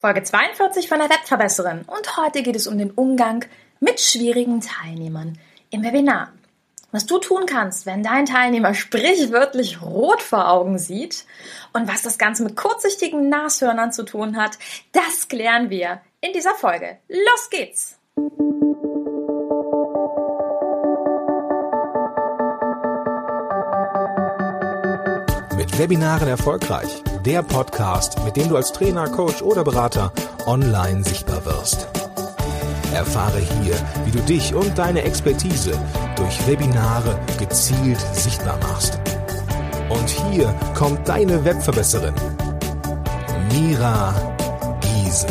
Folge 42 von der Webverbesserin und heute geht es um den Umgang mit schwierigen Teilnehmern im Webinar. Was du tun kannst, wenn dein Teilnehmer sprichwörtlich rot vor Augen sieht und was das Ganze mit kurzsichtigen Nashörnern zu tun hat, das klären wir in dieser Folge. Los geht's! Mit Webinaren erfolgreich. Der Podcast, mit dem du als Trainer, Coach oder Berater online sichtbar wirst. Erfahre hier, wie du dich und deine Expertise durch Webinare gezielt sichtbar machst. Und hier kommt deine Webverbesserin, Mira Giesen.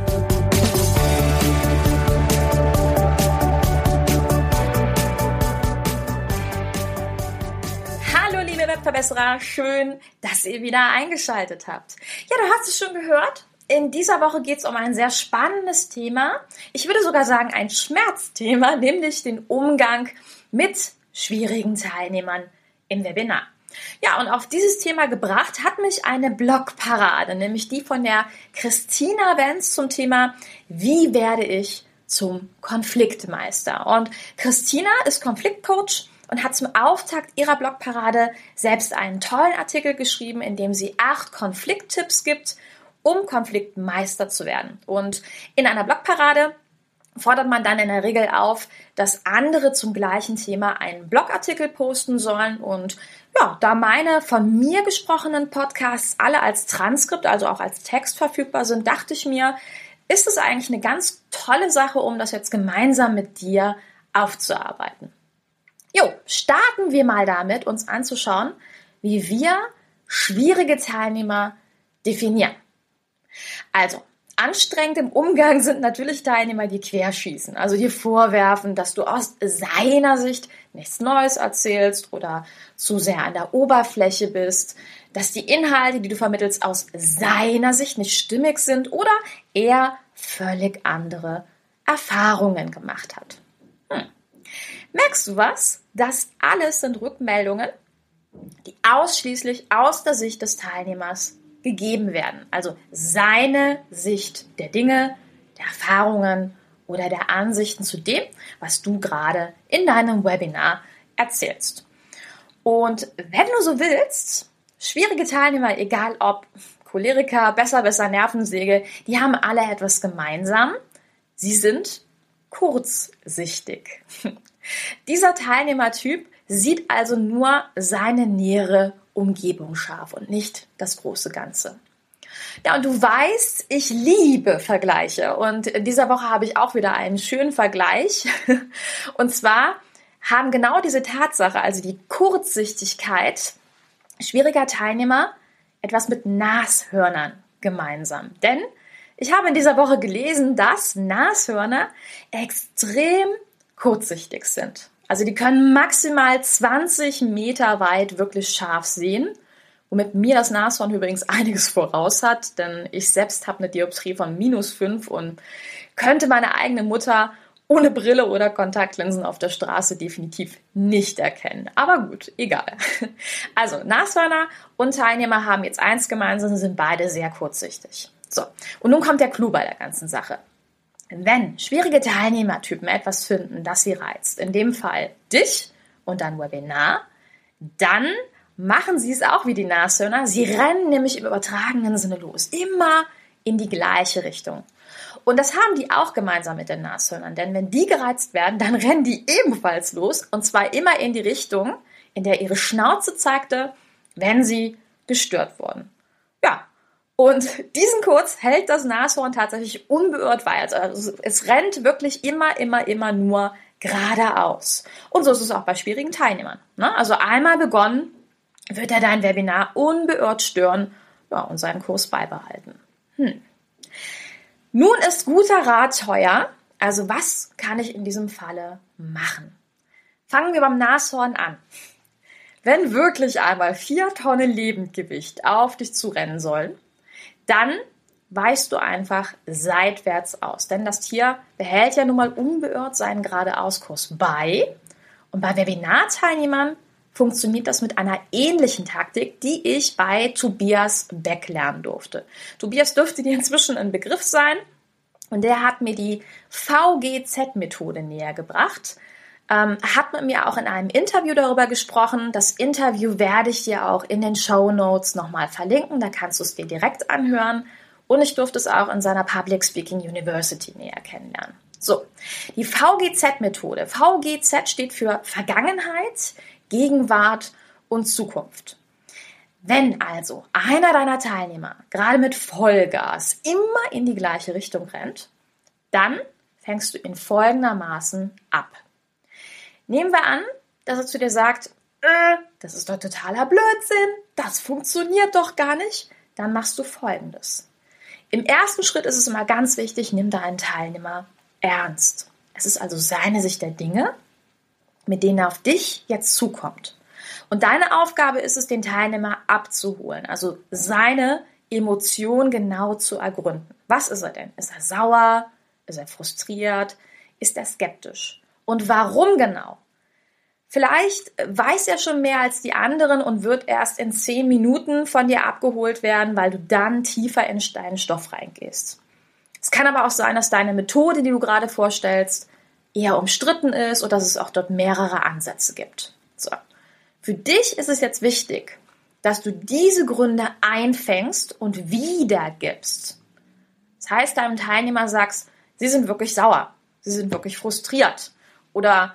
Webverbesserer, schön, dass ihr wieder eingeschaltet habt. Ja, du hast es schon gehört. In dieser Woche geht es um ein sehr spannendes Thema. Ich würde sogar sagen, ein Schmerzthema, nämlich den Umgang mit schwierigen Teilnehmern im Webinar. Ja, und auf dieses Thema gebracht hat mich eine Blogparade, nämlich die von der Christina Wenz zum Thema Wie werde ich zum Konfliktmeister? Und Christina ist Konfliktcoach und hat zum Auftakt ihrer Blogparade selbst einen tollen Artikel geschrieben, in dem sie 8 Konflikttipps gibt, um Konfliktmeister zu werden. Und in einer Blogparade fordert man dann in der Regel auf, dass andere zum gleichen Thema einen Blogartikel posten sollen. Und ja, da meine von mir gesprochenen Podcasts alle als Transkript, also auch als Text verfügbar sind, dachte ich mir, ist es eigentlich eine ganz tolle Sache, um das jetzt gemeinsam mit dir aufzuarbeiten. Jo, starten wir mal damit, uns anzuschauen, wie wir schwierige Teilnehmer definieren. Also, anstrengend im Umgang sind natürlich Teilnehmer, die querschießen, also dir vorwerfen, dass du aus seiner Sicht nichts Neues erzählst oder zu sehr an der Oberfläche bist, dass die Inhalte, die du vermittelst, aus seiner Sicht nicht stimmig sind oder er völlig andere Erfahrungen gemacht hat. Merkst du was? Das alles sind Rückmeldungen, die ausschließlich aus der Sicht des Teilnehmers gegeben werden. Also seine Sicht der Dinge, der Erfahrungen oder der Ansichten zu dem, was du gerade in deinem Webinar erzählst. Und wenn du so willst, schwierige Teilnehmer, egal ob Choleriker, besser, Nervensäge, die haben alle etwas gemeinsam. Sie sind kurzsichtig. Dieser Teilnehmertyp sieht also nur seine nähere Umgebung scharf und nicht das große Ganze. Ja, und du weißt, ich liebe Vergleiche und in dieser Woche habe ich auch wieder einen schönen Vergleich. Und zwar haben genau diese Tatsache, also die Kurzsichtigkeit schwieriger Teilnehmer, etwas mit Nashörnern gemeinsam. Denn ich habe in dieser Woche gelesen, dass Nashörner extrem kurzsichtig sind. Also die können maximal 20 Meter weit wirklich scharf sehen, womit mir das Nashorn übrigens einiges voraus hat, denn ich selbst habe eine Dioptrie von -5 und könnte meine eigene Mutter ohne Brille oder Kontaktlinsen auf der Straße definitiv nicht erkennen. Aber gut, egal. Also Nashörner und Teilnehmer haben jetzt eins gemeinsam, sie sind beide sehr kurzsichtig. So, und nun kommt der Clou bei der ganzen Sache. Wenn schwierige Teilnehmertypen etwas finden, das sie reizt, in dem Fall dich und dein Webinar, dann machen sie es auch wie die Nashörner. Sie rennen nämlich im übertragenen Sinne los, immer in die gleiche Richtung. Und das haben die auch gemeinsam mit den Nashörnern, denn wenn die gereizt werden, dann rennen die ebenfalls los und zwar immer in die Richtung, in der ihre Schnauze zeigte, wenn sie gestört wurden. Ja. Und diesen Kurs hält das Nashorn tatsächlich unbeirrt weiter. Also es rennt wirklich immer nur geradeaus. Und so ist es auch bei schwierigen Teilnehmern. Also einmal begonnen, wird er dein Webinar unbeirrt stören, ja, und seinen Kurs beibehalten. Nun ist guter Rat teuer. Also was kann ich in diesem Falle machen? Fangen wir beim Nashorn an. Wenn wirklich einmal 4 Tonnen Lebendgewicht auf dich zurennen sollen, dann weichst du einfach seitwärts aus. Denn das Tier behält ja nun mal unbeirrt seinen Geradeauskurs bei. Und bei Webinarteilnehmern funktioniert das mit einer ähnlichen Taktik, die ich bei Tobias Beck lernen durfte. Tobias dürfte dir inzwischen ein Begriff sein und der hat mir die VGZ-Methode näher gebracht. Hat mit mir auch in einem Interview darüber gesprochen. Das Interview werde ich dir auch in den Shownotes nochmal verlinken. Da kannst du es dir direkt anhören. Und ich durfte es auch in seiner Public Speaking University näher kennenlernen. So, die VGZ-Methode. VGZ steht für Vergangenheit, Gegenwart und Zukunft. Wenn also einer deiner Teilnehmer gerade mit Vollgas immer in die gleiche Richtung rennt, dann fängst du ihn folgendermaßen ab. Nehmen wir an, dass er zu dir sagt, das ist doch totaler Blödsinn, das funktioniert doch gar nicht. Dann machst du Folgendes. Im ersten Schritt ist es immer ganz wichtig, nimm deinen Teilnehmer ernst. Es ist also seine Sicht der Dinge, mit denen er auf dich jetzt zukommt. Und deine Aufgabe ist es, den Teilnehmer abzuholen, also seine Emotion genau zu ergründen. Was ist er denn? Ist er sauer? Ist er frustriert? Ist er skeptisch? Und warum genau? Vielleicht weiß er schon mehr als die anderen und wird erst in 10 Minuten von dir abgeholt werden, weil du dann tiefer in deinen Stoff reingehst. Es kann aber auch sein, dass deine Methode, die du gerade vorstellst, eher umstritten ist oder dass es auch dort mehrere Ansätze gibt. So. Für dich ist es jetzt wichtig, dass du diese Gründe einfängst und wiedergibst. Das heißt, deinem Teilnehmer sagst, sie sind wirklich sauer, sie sind wirklich frustriert oder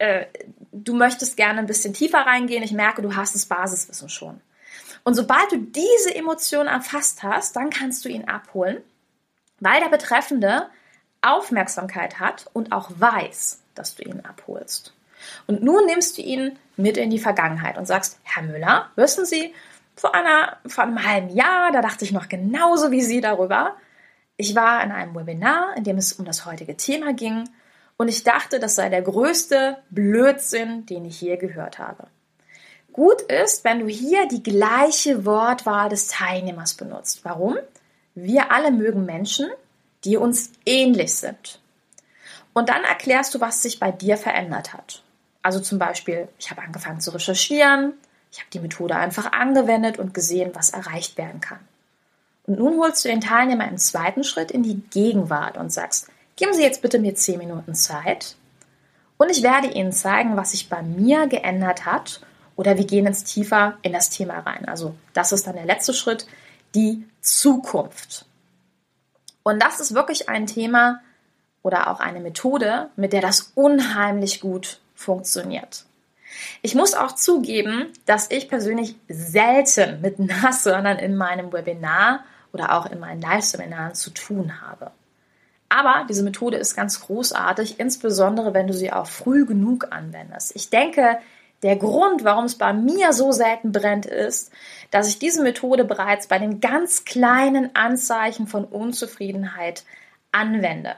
du möchtest gerne ein bisschen tiefer reingehen, ich merke, du hast das Basiswissen schon. Und sobald du diese Emotion erfasst hast, dann kannst du ihn abholen, weil der Betreffende Aufmerksamkeit hat und auch weiß, dass du ihn abholst. Und nun nimmst du ihn mit in die Vergangenheit und sagst, Herr Müller, wissen Sie, vor einem halben Jahr, da dachte ich noch genauso wie Sie darüber. Ich war in einem Webinar, in dem es um das heutige Thema ging und ich dachte, das sei der größte Blödsinn, den ich je gehört habe. Gut ist, wenn du hier die gleiche Wortwahl des Teilnehmers benutzt. Warum? Wir alle mögen Menschen, die uns ähnlich sind. Und dann erklärst du, was sich bei dir verändert hat. Also zum Beispiel, ich habe angefangen zu recherchieren, ich habe die Methode einfach angewendet und gesehen, was erreicht werden kann. Und nun holst du den Teilnehmer im zweiten Schritt in die Gegenwart und sagst, geben Sie jetzt bitte mir 10 Minuten Zeit und ich werde Ihnen zeigen, was sich bei mir geändert hat oder wir gehen jetzt tiefer in das Thema rein. Also das ist dann der letzte Schritt, die Zukunft. Und das ist wirklich ein Thema oder auch eine Methode, mit der das unheimlich gut funktioniert. Ich muss auch zugeben, dass ich persönlich selten mit Nashörnern in meinem Webinar oder auch in meinen Live-Seminaren zu tun habe. Aber diese Methode ist ganz großartig, insbesondere wenn du sie auch früh genug anwendest. Ich denke, der Grund, warum es bei mir so selten brennt, ist, dass ich diese Methode bereits bei den ganz kleinen Anzeichen von Unzufriedenheit anwende.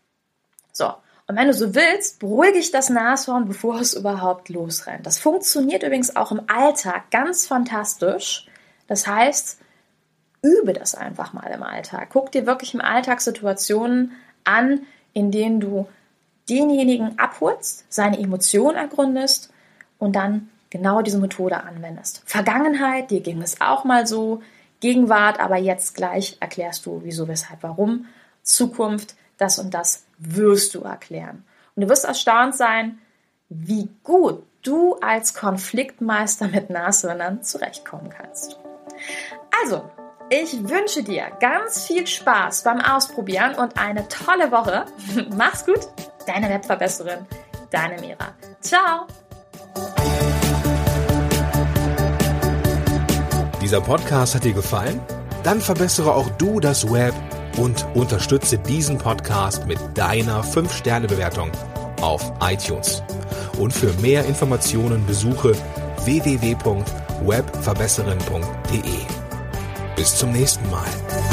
So, und wenn du so willst, beruhige ich das Nashorn, bevor es überhaupt losrennt. Das funktioniert übrigens auch im Alltag ganz fantastisch. Das heißt, übe das einfach mal im Alltag. Guck dir wirklich im Alltag Situationen an, in denen du denjenigen abholst, seine Emotionen ergründest und dann genau diese Methode anwendest. Vergangenheit, dir ging es auch mal so. Gegenwart, aber jetzt gleich erklärst du, wieso, weshalb, warum. Zukunft, das und das wirst du erklären. Und du wirst erstaunt sein, wie gut du als Konfliktmeister mit Nashörnern zurechtkommen kannst. Also, ich wünsche dir ganz viel Spaß beim Ausprobieren und eine tolle Woche. Mach's gut, deine Webverbesserin, deine Mira. Ciao! Dieser Podcast hat dir gefallen? Dann verbessere auch du das Web und unterstütze diesen Podcast mit deiner 5-Sterne-Bewertung auf iTunes. Und für mehr Informationen besuche www.webverbesserin.de. Bis zum nächsten Mal.